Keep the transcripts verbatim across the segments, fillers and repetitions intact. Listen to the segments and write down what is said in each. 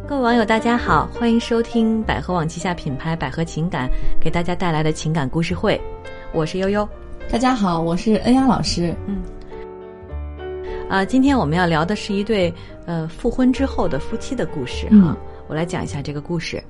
各位网友大家好，欢迎收听百合网旗下品牌百合情感给大家带来的情感故事会，我是悠悠。 大家好，我是恩雅老师。 嗯，啊、呃，今天我们要聊的是一对呃复婚之后的夫妻的故事哈、嗯啊，我来讲一下这个故事。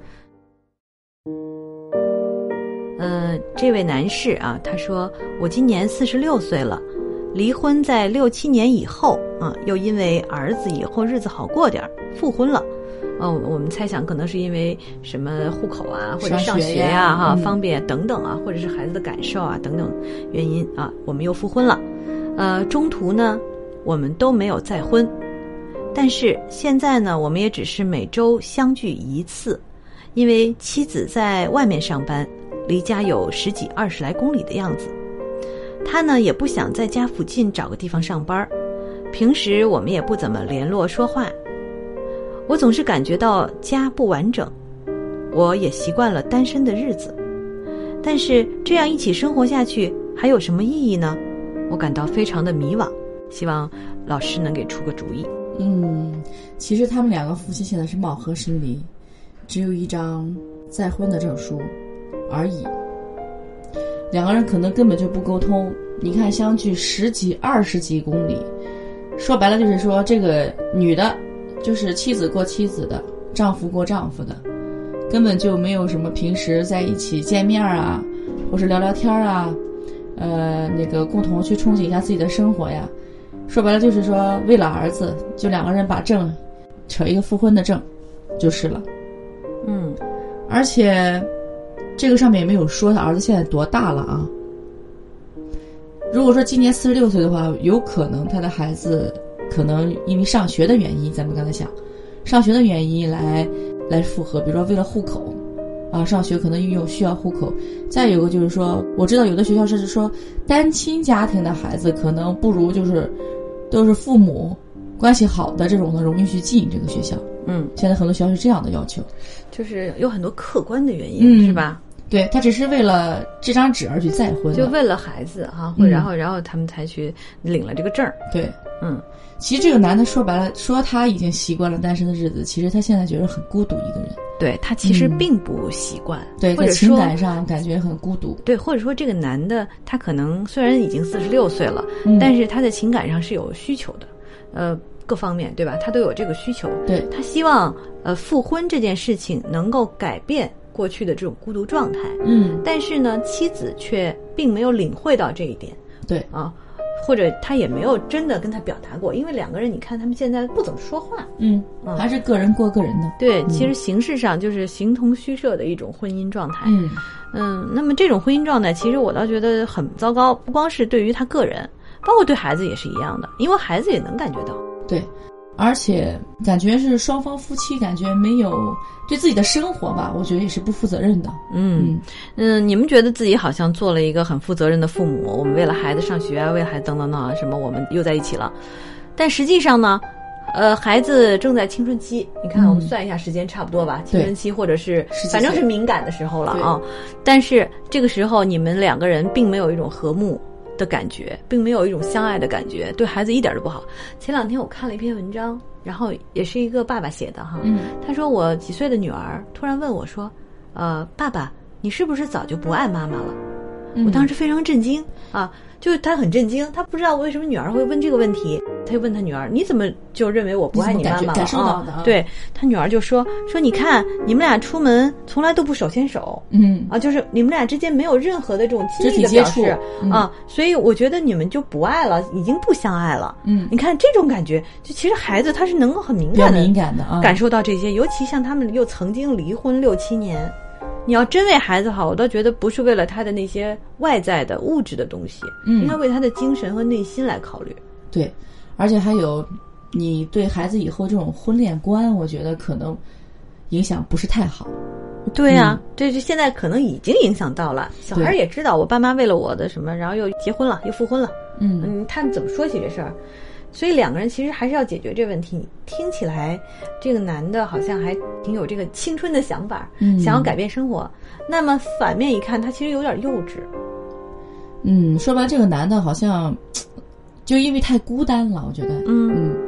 呃，这位男士啊，他说我今年四十六岁了，离婚在六七年以后啊，又因为儿子以后日子好过点复婚了。哦，我们猜想可能是因为什么户口啊，或者上学呀、啊、 呀哈、 嗯、 方便等等啊，或者是孩子的感受啊等等原因啊，我们又复婚了。呃，中途呢，我们都没有再婚，但是现在呢，我们也只是每周相聚一次，因为妻子在外面上班，离家有十几二十来公里的样子。他呢也不想在家附近找个地方上班，平时我们也不怎么联络说话。我总是感觉到家不完整，我也习惯了单身的日子，但是这样一起生活下去还有什么意义呢？我感到非常的迷惘，希望老师能给出个主意。 嗯，其实他们两个夫妻现在是貌合神离，只有一张再婚的证书而已，两个人可能根本就不沟通。你看相距十几二十几公里，说白了就是说这个女的就是妻子过妻子的，丈夫过丈夫的，根本就没有什么平时在一起见面啊，或是聊聊天啊，呃，那个共同去憧憬一下自己的生活呀。说白了就是说，为了儿子，就两个人把证扯一个复婚的证，就是了。 嗯， 而且这个上面也没有说他儿子现在多大了啊。如果说今年四十六岁的话，有可能他的孩子可能因为上学的原因，咱们刚才想上学的原因来来复合，比如说为了户口啊，上学可能有需要户口。再有个就是说，我知道有的学校甚至说单亲家庭的孩子可能不如就是都是父母关系好的这种的容易去进这个学校。 嗯， 现在很多学校是这样的要求， 就是有很多客观的原因、嗯、是吧？ 对，他只是为了这张纸而去再婚， 就为了孩子哈，或、嗯、然后然后他们才去领了这个证。 对， 嗯， 其实这个男的说白了，说他已经习惯了单身的日子，其实他现在觉得很孤独一个人。 对，他其实并不习惯、嗯， 对， 或者在情感上感觉很孤独。 对，或者说这个男的他可能虽然已经四十六岁了、嗯，但是他在情感上是有需求的，呃，各方面对吧？他都有这个需求。 对， 他希望呃复婚这件事情能够改变过去的这种孤独状态。 嗯， 但是呢，妻子却并没有领会到这一点。 对啊。或者他也没有真的跟他表达过，因为两个人你看他们现在不怎么说话。 嗯，嗯还是个人过个人的。 对、 嗯、 其实形式上就是形同虚设的一种婚姻状态。 嗯嗯，那么这种婚姻状态其实我倒觉得很糟糕，不光是对于他个人，包括对孩子也是一样的，因为孩子也能感觉到。 对，而且感觉是双方夫妻感觉没有对自己的生活吧，我觉得也是不负责任的。 嗯嗯，你们觉得自己好像做了一个很负责任的父母，我们为了孩子上学啊，为了孩子等等等啊什么，我们又在一起了。但实际上呢，呃，孩子正在青春期，你看我们算一下时间差不多吧，嗯、青春期或者是反正是敏感的时候了啊。但是这个时候你们两个人并没有一种和睦的感觉，并没有一种相爱的感觉，对孩子一点都不好。前两天我看了一篇文章，然后也是一个爸爸写的哈， 嗯， 他说我几岁的女儿突然问我说，呃，爸爸，你是不是早就不爱妈妈了？嗯、我当时非常震惊啊，就是他很震惊，他不知道为什么女儿会问这个问题，他就问他女儿，你怎么就认为我不爱你妈妈了？ 感受到的、啊哦、对，他女儿就说说你看你们俩出门从来都不手牵手， 嗯啊，就是你们俩之间没有任何的这种亲密的表示、 嗯、 啊，所以我觉得你们就不爱了，已经不相爱了。 嗯， 你看这种感觉，就其实孩子他是能够很敏感的、 敏感的啊， 感受到这些，尤其像他们又曾经离婚六七年。你要真为孩子好，我倒觉得不是为了他的那些外在的物质的东西， 嗯， 应该为他的精神和内心来考虑。 对，而且还有你对孩子以后这种婚恋观，我觉得可能影响不是太好。 对啊，嗯、这就现在可能已经影响到了，小孩也知道我爸妈为了我的什么，然后又结婚了，又复婚了。 嗯嗯，他们怎么说起这事儿？所以两个人其实还是要解决这个问题。听起来这个男的好像还挺有这个青春的想法， 嗯， 想要改变生活。那么反面一看，他其实有点幼稚。 嗯，说白了，这个男的好像就因为太孤单了，我觉得。 嗯嗯，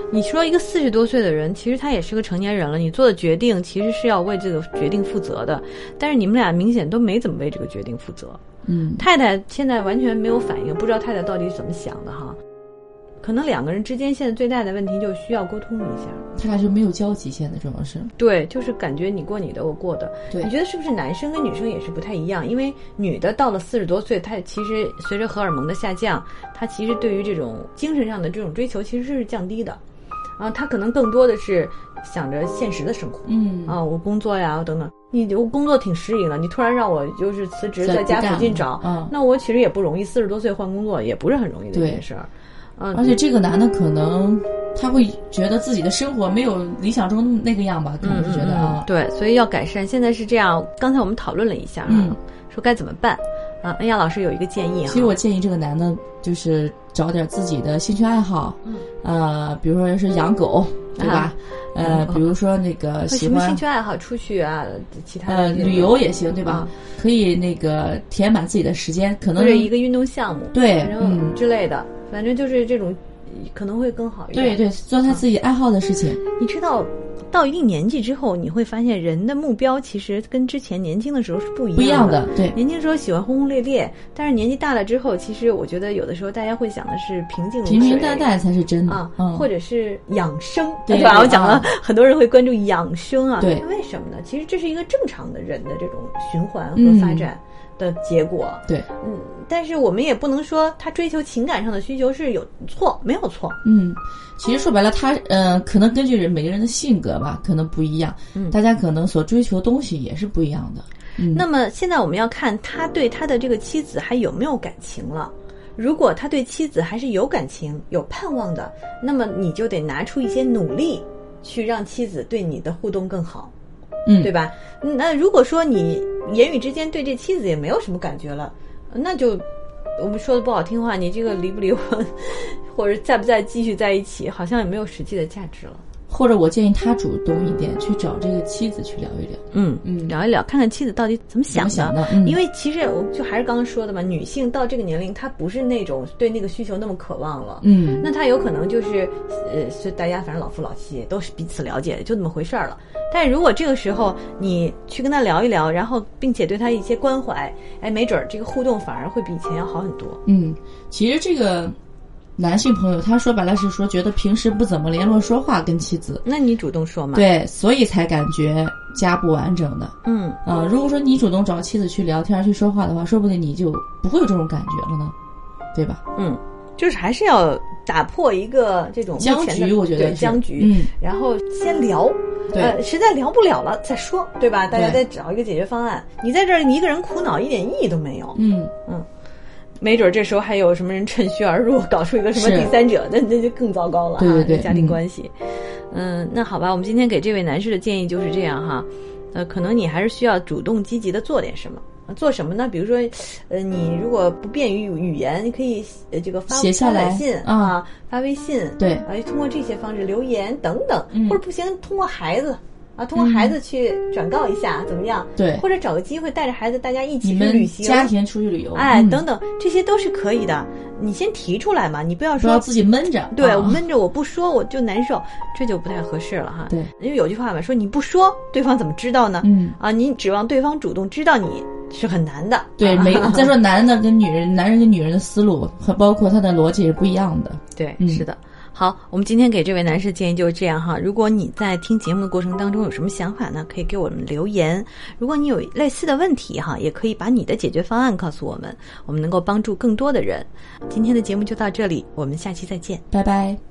你说一个四十多岁的人，其实他也是个成年人了，你做的决定其实是要为这个决定负责的，但是你们俩明显都没怎么为这个决定负责。 嗯， 太太现在完全没有反应，不知道太太到底是怎么想的哈。可能两个人之间现在最大的问题就需要沟通一下， 他俩就没有交集，现在主要是对，就是感觉你过你的，我过的。 对， 你觉得是不是男生跟女生也是不太一样？因为女的到了四十多岁，她其实随着荷尔蒙的下降，她其实对于这种精神上的这种追求其实是降低的，啊，她可能更多的是想着现实的生活， 嗯啊，我工作呀等等。你我工作挺适应的，你突然让我就是辞职在家附近找， 嗯， 那我其实也不容易，四十多岁换工作也不是很容易的一件事儿。嗯， 而且这个男的可能他会觉得自己的生活没有理想中那个样吧，可能是觉得啊、 嗯嗯，对，所以要改善。现在是这样，刚才我们讨论了一下， 嗯， 说该怎么办啊？恩雅老师有一个建议哈， 其实我建议这个男的就是找点自己的兴趣爱好， 嗯， 呃，比如说是养狗，对吧？啊、呃，比如说那个喜欢什么兴趣爱好，出去啊，其他的呃旅游也行，对吧？ 啊、 可以那个填满自己的时间，可能或者一个运动项目， 对， 嗯之类的。反正就是这种可能会更好一点。 对对，做他自己爱好的事情。 你知道，到一定年纪之后，你会发现人的目标其实跟之前年轻的时候是不一样的。 不一样的，对。 年轻时候喜欢轰轰烈烈，但是年纪大了之后，其实我觉得有的时候大家会想的是平静如水， 平平淡淡才是真的啊， 嗯、 或者是养生， 对吧？ 对我讲了、 啊， 很多人会关注养生啊， 对， 为什么呢？其实这是一个正常的人的这种循环和发展。嗯的结果， 对， 嗯，但是我们也不能说他追求情感上的需求是有错，没有错， 嗯，其实说白了，他呃，可能根据人每个人的性格吧，可能不一样， 嗯， 大家可能所追求东西也是不一样的，嗯。 那么现在我们要看他对他的这个妻子还有没有感情了。如果他对妻子还是有感情、有盼望的，那么你就得拿出一些努力，去让妻子对你的互动更好。 嗯， 对吧？那如果说你言语之间对这妻子也没有什么感觉了，那就我们说的不好听话，你这个离不离婚，或者在不在继续在一起，好像也没有实际的价值了。 或者我建议他主动一点，去找这个妻子去聊一聊， 嗯嗯，聊一聊，看看妻子到底怎么想的。 想的嗯、 因为其实我就还是刚刚说的嘛，女性到这个年龄，她不是那种对那个需求那么渴望了。 嗯， 那她有可能就是呃，是大家反正老夫老妻都是彼此了解，就那么回事儿了。但是如果这个时候你去跟他聊一聊，然后并且对他一些关怀，哎，没准儿这个互动反而会比以前要好很多。 嗯，其实这个男性朋友他说白了是说觉得平时不怎么联络说话跟妻子， 那你主动说嘛？ 对，所以才感觉家不完整的。 嗯啊、呃，如果说你主动找妻子去聊天去说话的话，说不定你就不会有这种感觉了呢，对吧？ 嗯，就是还是要打破一个这种僵局，我觉得对僵局， 嗯， 然后先聊。 对， 呃，实在聊不了了再说，对吧？大家再找一个解决方案。你在这儿一个人苦恼，一点意义都没有。 嗯嗯，没准这时候还有什么人趁虚而入，搞出一个什么第三者，那那就更糟糕了哈。 对对对， 家庭关系。嗯, 嗯，那好吧，我们今天给这位男士的建议就是这样哈。呃，可能你还是需要主动积极的做点什么。做什么呢？比如说，呃，你如果不便于语言，你可以呃这个发写下来发短信啊、 啊，发微信， 对， 啊，通过这些方式留言等等， 嗯、 或者不行，通过孩子啊，通过孩子去转告一下、嗯、怎么样？ 对， 或者找个机会带着孩子大家一起去旅行， 家庭出去旅游， 哎， 嗯、 等等，这些都是可以的。你先提出来嘛，你不要说不要自己闷着， 对， 啊、 我闷着我不说我就难受，这就不太合适了哈。 对， 因为有句话嘛，说你不说，对方怎么知道呢？ 嗯啊，你指望对方主动知道你是很难的。 对， 啊、 每再说男的跟女人，男人跟女人的思路和包括他的逻辑是不一样的。 对， 嗯、 是的。好，我们今天给这位男士建议就是这样哈。如果你在听节目的过程当中有什么想法呢，可以给我们留言。如果你有类似的问题哈，也可以把你的解决方案告诉我们，我们能够帮助更多的人。今天的节目就到这里，我们下期再见， 拜拜。